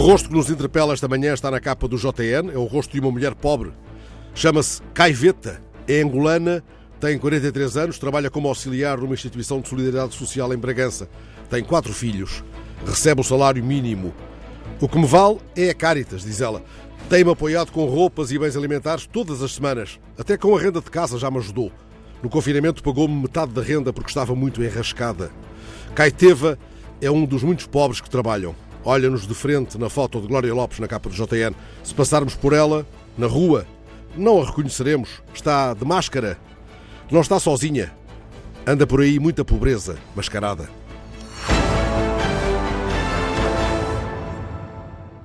rosto que nos interpela esta manhã está na capa do JN. É o rosto de uma mulher pobre. Chama-se Caiveta, é angolana, tem 43 anos, trabalha como auxiliar numa instituição de solidariedade social em Bragança. Tem 4 filhos, recebe o salário mínimo. O que me vale é a Caritas, diz ela. Tem-me apoiado com roupas e bens alimentares todas as semanas. Até com a renda de casa já me ajudou. No confinamento pagou-me metade da renda porque estava muito enrascada. Caiteva é um dos muitos pobres que trabalham. Olha-nos de frente na foto de Glória Lopes na capa do JN. Se passarmos por ela, na rua, não a reconheceremos. Está de máscara. Não está sozinha. Anda por aí muita pobreza mascarada.